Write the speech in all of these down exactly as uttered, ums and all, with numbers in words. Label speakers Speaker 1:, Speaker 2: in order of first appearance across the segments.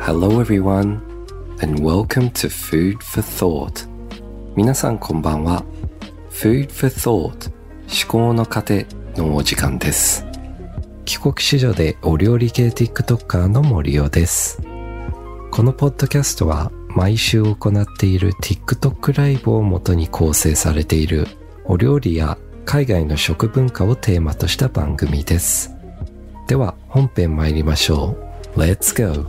Speaker 1: Hello everyone and welcome to Food for Thought. 皆さんこんばんは。Food for Thought 思考の糧のお時間です。帰国子女でお料理系 TikToker の森尾です。このポッドキャストは毎週行っている TikTok ライブをもとに構成されているお料理や海外の食文化をテーマとした番組です。では本編参りましょう。Let's go!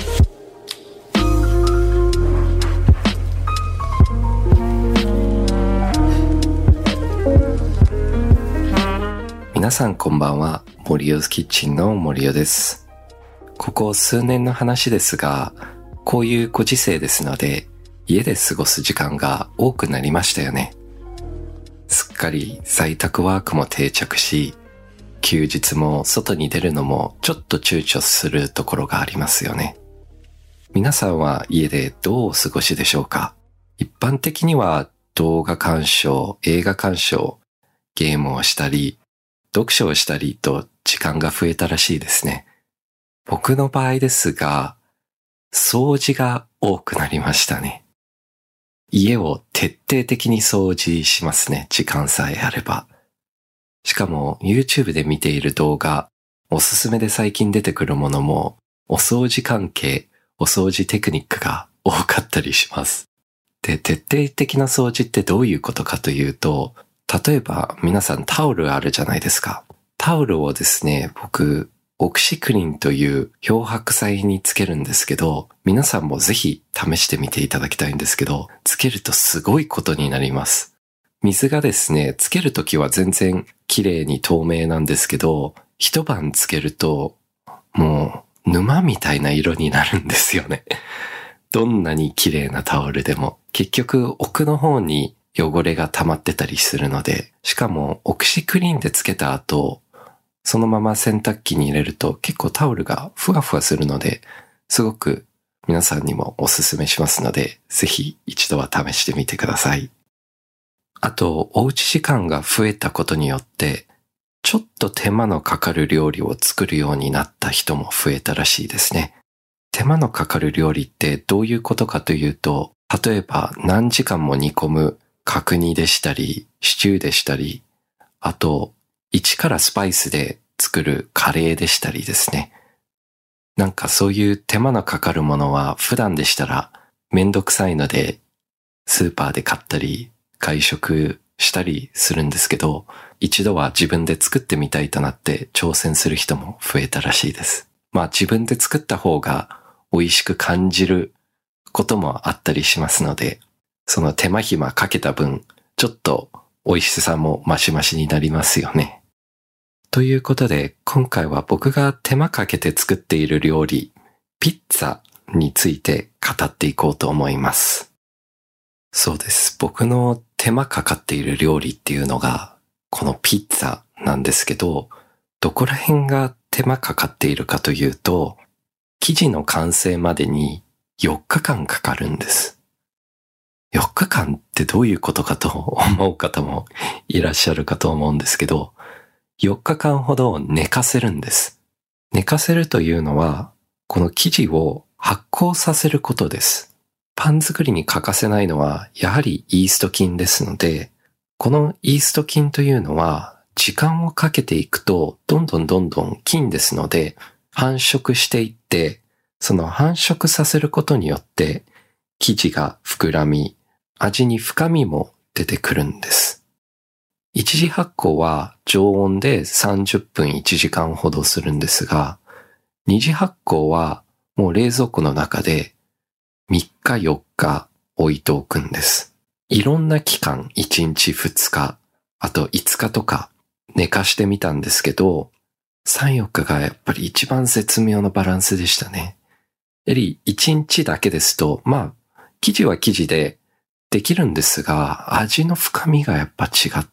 Speaker 1: 皆さんこんばんは。森尾キッチンの森尾です。ここ数年の話ですが、こういうご時世ですので、家で過ごす時間が多くなりましたよね。すっかり在宅ワークも定着し、休日も外に出るのもちょっと躊躇するところがありますよね。皆さんは家でどうお過ごしでしょうか？一般的には動画鑑賞、映画鑑賞、ゲームをしたり、読書をしたりと時間が増えたらしいですね。僕の場合ですが、掃除が多くなりましたね。家を徹底的に掃除しますね。時間さえあれば。しかも YouTube で見ている動画、おすすめで最近出てくるものも、お掃除関係、お掃除テクニックが多かったりします。で、徹底的な掃除ってどういうことかというと、例えば皆さんタオルあるじゃないですか。タオルをですね、僕、オクシクリンという漂白剤につけるんですけど、皆さんもぜひ試してみていただきたいんですけど、つけるとすごいことになります。水がですね、つけるときは全然綺麗に透明なんですけど、一晩つけるともう沼みたいな色になるんですよね。どんなに綺麗なタオルでも結局奥の方に汚れが溜まってたりするので、しかもオクシクリーンでつけた後、そのまま洗濯機に入れると結構タオルがふわふわするので、すごく皆さんにもおすすめしますので、ぜひ一度は試してみてください。あと、おうち時間が増えたことによって、ちょっと手間のかかる料理を作るようになった人も増えたらしいですね。手間のかかる料理ってどういうことかというと、例えば何時間も煮込む角煮でしたり、シチューでしたり、あと、一からスパイスで作るカレーでしたりですね。なんかそういう手間のかかるものは普段でしたらめんどくさいので、スーパーで買ったり、外食したりするんですけど、一度は自分で作ってみたいとなって挑戦する人も増えたらしいです。まあ自分で作った方が美味しく感じることもあったりしますので、その手間暇かけた分、ちょっと美味しさもマシマシになりますよね。ということで、今回は僕が手間かけて作っている料理、ピッツァについて語っていこうと思います。そうです。僕の手間かかっている料理っていうのが、このピッツァなんですけど、どこら辺が手間かかっているかというと、生地の完成までによっかかんかかるんです。よっかかんってどういうことかと思う方もいらっしゃるかと思うんですけど、よっかかんほど寝かせるんです。寝かせるというのは、この生地を発酵させることです。パン作りに欠かせないのは、やはりイースト菌ですので、このイースト菌というのは、時間をかけていくと、どんどんどんどん菌ですので、繁殖していって、その繁殖させることによって、生地が膨らみ、味に深みも出てくるんです。一次発酵は常温でさんじゅっぷんいちじかんほどするんですが、二次発酵はもう冷蔵庫の中でみっかよっか置いておくんです。いろんな期間、いちにちふつか、あといつかとか寝かしてみたんですけど、さん、よっかがやっぱり一番絶妙なバランスでしたね。やはりいちにちだけですと、まあ、生地は生地でできるんですが、味の深みがやっぱ違って、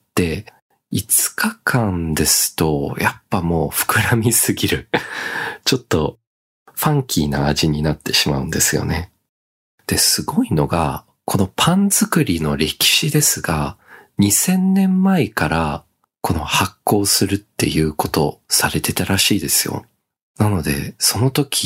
Speaker 1: いつかかんですと、やっぱもう膨らみすぎる。ちょっとファンキーな味になってしまうんですよね。で、すごいのが、このパン作りの歴史ですが、にせんねんまえからこの発酵するっていうことをされてたらしいですよ。なので、その時、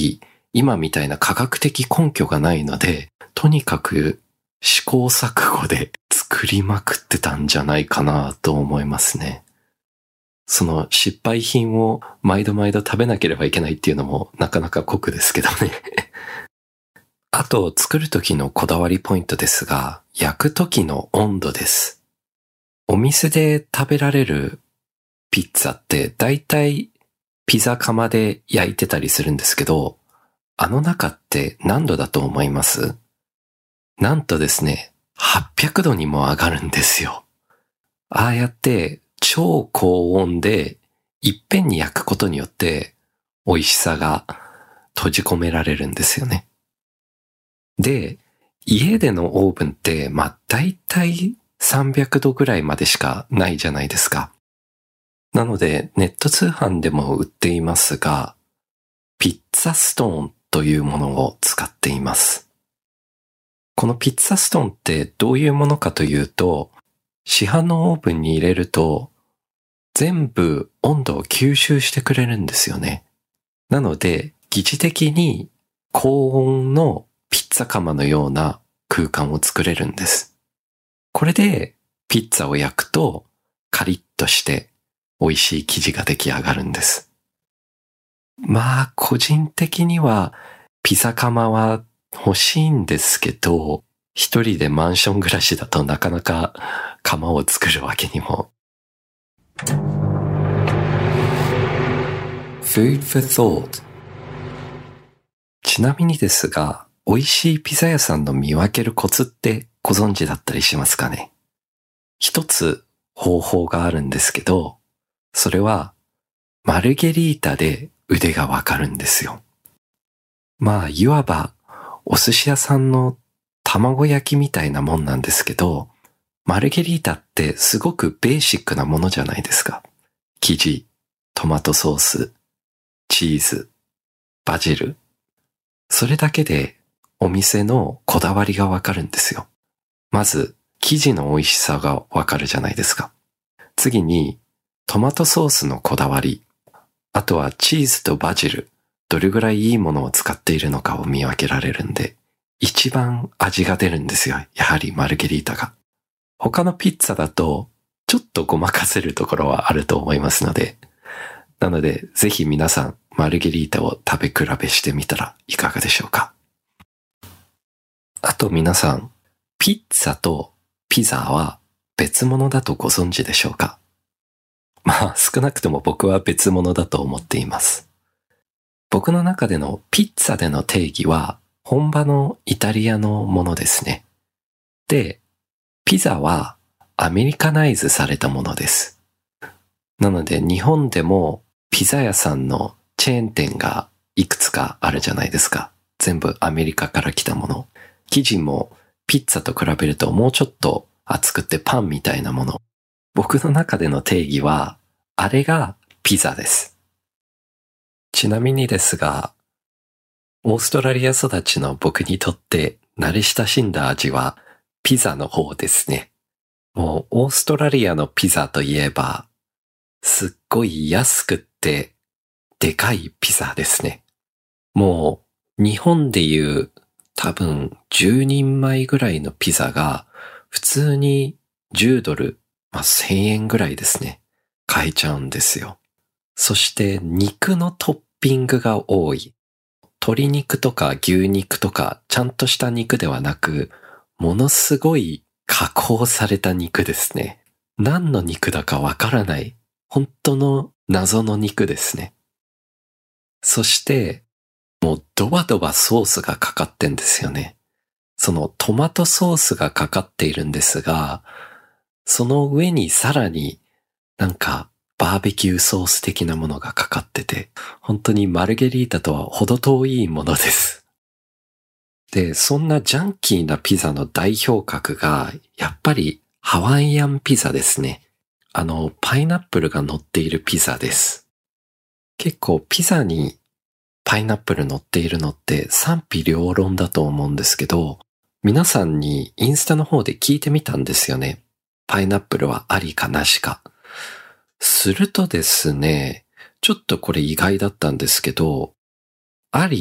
Speaker 1: 今みたいな科学的根拠がないので、とにかく試行錯誤で作りまくってたんじゃないかなと思いますね。その失敗品を毎度毎度食べなければいけないっていうのもなかなか酷ですけどね。あと作る時のこだわりポイントですが、焼く時の温度です。お店で食べられるピッツァってだいたいピザ窯で焼いてたりするんですけど、あの中って何度だと思います？なんとですね、はっぴゃくどにも上がるんですよ。ああやって超高温でいっぺんに焼くことによって美味しさが閉じ込められるんですよね。で、家でのオーブンってまあだいたいさんびゃくどぐらいまでしかないじゃないですか。なのでネット通販でも売っていますが、ピッツァストーンというものを使っています。このピッツァストーンってどういうものかというと、市販のオーブンに入れると全部温度を吸収してくれるんですよね。なので疑似的に高温のピッツァ窯のような空間を作れるんです。これでピッツァを焼くとカリッとして美味しい生地が出来上がるんです。まあ個人的にはピザ窯は欲しいんですけど、一人でマンション暮らしだとなかなか窯を作るわけにも。Food for thought。ちなみにですが、美味しいピザ屋さんの見分けるコツってご存知だったりしますかね？一つ方法があるんですけど、それはマルゲリータで腕がわかるんですよ。まあ、いわばお寿司屋さんの卵焼きみたいなもんなんですけど、マルゲリータってすごくベーシックなものじゃないですか。生地、トマトソース、チーズ、バジル。それだけでお店のこだわりがわかるんですよ。まず、生地の美味しさがわかるじゃないですか。次に、トマトソースのこだわり。あとはチーズとバジル。どれぐらいいいものを使っているのかを見分けられるんで、一番味が出るんですよ。やはりマルゲリータが。他のピッツァだと、ちょっとごまかせるところはあると思いますので、なので、ぜひ皆さん、マルゲリータを食べ比べしてみたらいかがでしょうか。あと皆さん、ピッツァとピザは別物だとご存知でしょうか？まあ、少なくとも僕は別物だと思っています。僕の中でのピッツァでの定義は本場のイタリアのものですね。で、ピザはアメリカナイズされたものです。なので日本でもピザ屋さんのチェーン店がいくつかあるじゃないですか。全部アメリカから来たもの。生地もピッツァと比べるともうちょっと厚くてパンみたいなもの。僕の中での定義はあれがピザです。ちなみにですが、オーストラリア育ちの僕にとって慣れ親しんだ味はピザの方ですね。もうオーストラリアのピザといえば、すっごい安くってでかいピザですね。もう日本でいう多分じゅうにんまえぐらいのピザが普通にじゅうドル、まあ、せんえんぐらいですね。買えちゃうんですよ。そして肉のトッピングが多い。鶏肉とか牛肉とかちゃんとした肉ではなく、ものすごい加工された肉ですね。何の肉だかわからない、本当の謎の肉ですね。そして、もうドバドバソースがかかってんですよね。そのトマトソースがかかっているんですが、その上にさらになんかバーベキューソース的なものがかかってて、本当にマルゲリータとは程遠いものです。で、そんなジャンキーなピザの代表格が、やっぱりハワイアンピザですね。あの、パイナップルが乗っているピザです。結構ピザにパイナップル乗っているのって賛否両論だと思うんですけど、皆さんにインスタの方で聞いてみたんですよね。パイナップルはありかなしか。するとですね、ちょっとこれ意外だったんですけど、あり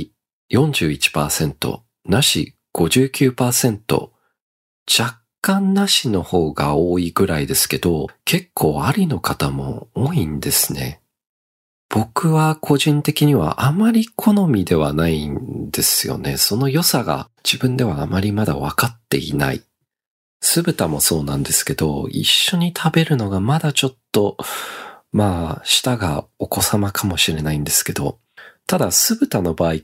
Speaker 1: よんじゅういちパーセント、なし ごじゅうきゅうパーセント、若干なしの方が多いぐらいですけど、結構ありの方も多いんですね。僕は個人的にはあまり好みではないんですよね。その良さが自分ではあまりまだ分かっていない。酢豚もそうなんですけど、一緒に食べるのがまだちょっと、まあ、舌がお子様かもしれないんですけど、ただ酢豚の場合って、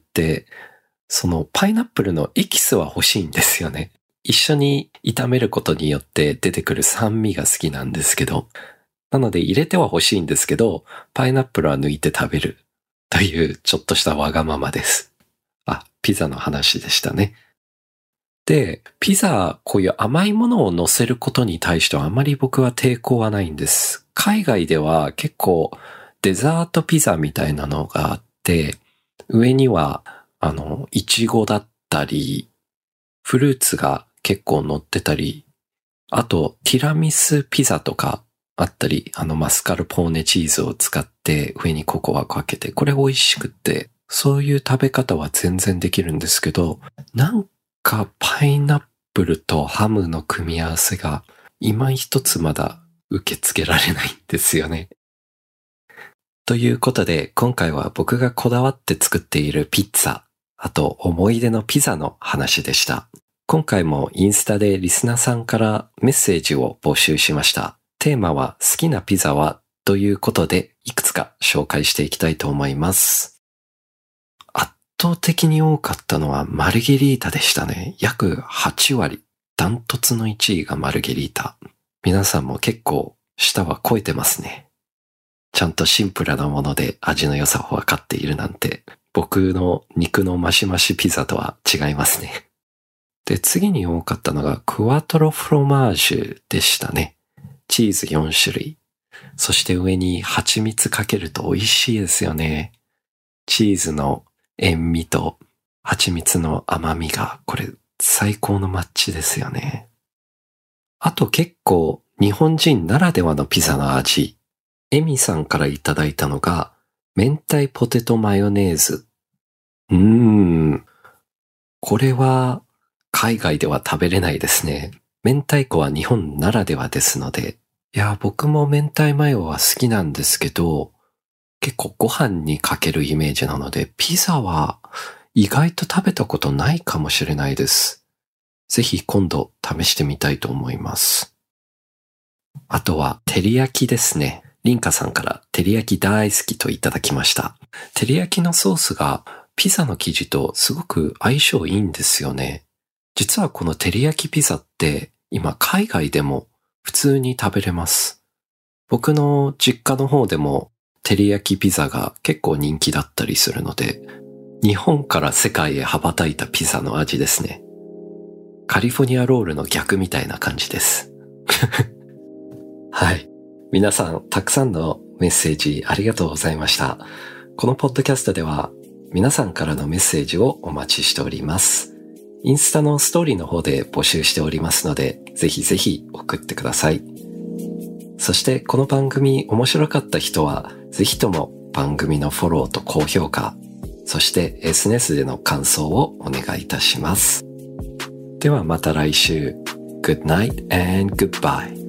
Speaker 1: そのパイナップルのエキスは欲しいんですよね。一緒に炒めることによって出てくる酸味が好きなんですけど、なので入れては欲しいんですけど、パイナップルは抜いて食べるというちょっとしたわがままです。あ、ピザの話でしたね。で、ピザ、こういう甘いものを乗せることに対してはあまり僕は抵抗はないんです。海外では結構デザートピザみたいなのがあって、上にはあの、イチゴだったり、フルーツが結構乗ってたり、あとティラミスピザとかあったり、あのマスカルポーネチーズを使って上にココアかけて、これ美味しくって、そういう食べ方は全然できるんですけど、なんかパイナップルとハムの組み合わせが今一つまだ受け付けられないんですよね。ということで、今回は僕がこだわって作っているピッツァ、あと思い出のピザの話でした。今回もインスタでリスナーさんからメッセージを募集しました。テーマは好きなピザはということで、いくつか紹介していきたいと思います。圧倒的に多かったのはマルゲリータでしたね。約はちわり。ダントツのいちいがマルゲリータ。皆さんも結構舌は超えてますね。ちゃんとシンプルなもので味の良さを分かっているなんて、僕の肉のマシマシピザとは違いますね。で、次に多かったのがクワトロフロマージュでしたね。チーズよんしゅるい。そして上に蜂蜜かけると美味しいですよね。チーズの塩味と蜂蜜の甘みが、これ最高のマッチですよね。あと結構日本人ならではのピザの味。エミさんからいただいたのが明太ポテトマヨネーズ。うーん。これは海外では食べれないですね。明太子は日本ならではですので。いや、僕も明太マヨは好きなんですけど、結構ご飯にかけるイメージなので、ピザは意外と食べたことないかもしれないです。ぜひ今度試してみたいと思います。あとは、照り焼きですね。リンカさんから照り焼き大好きといただきました。照り焼きのソースがピザの生地とすごく相性いいんですよね。実はこの照り焼きピザって今海外でも普通に食べれます。僕の実家の方でも照り焼きピザが結構人気だったりするので、日本から世界へ羽ばたいたピザの味ですね。カリフォルニアロールの逆みたいな感じです。はい。皆さん、たくさんのメッセージありがとうございました。このポッドキャストでは皆さんからのメッセージをお待ちしております。インスタのストーリーの方で募集しておりますので、ぜひぜひ送ってください。そしてこの番組面白かった人は、ぜひとも番組のフォローと高評価、そして エスエヌエス での感想をお願いいたします。ではまた来週。Good night and goodbye.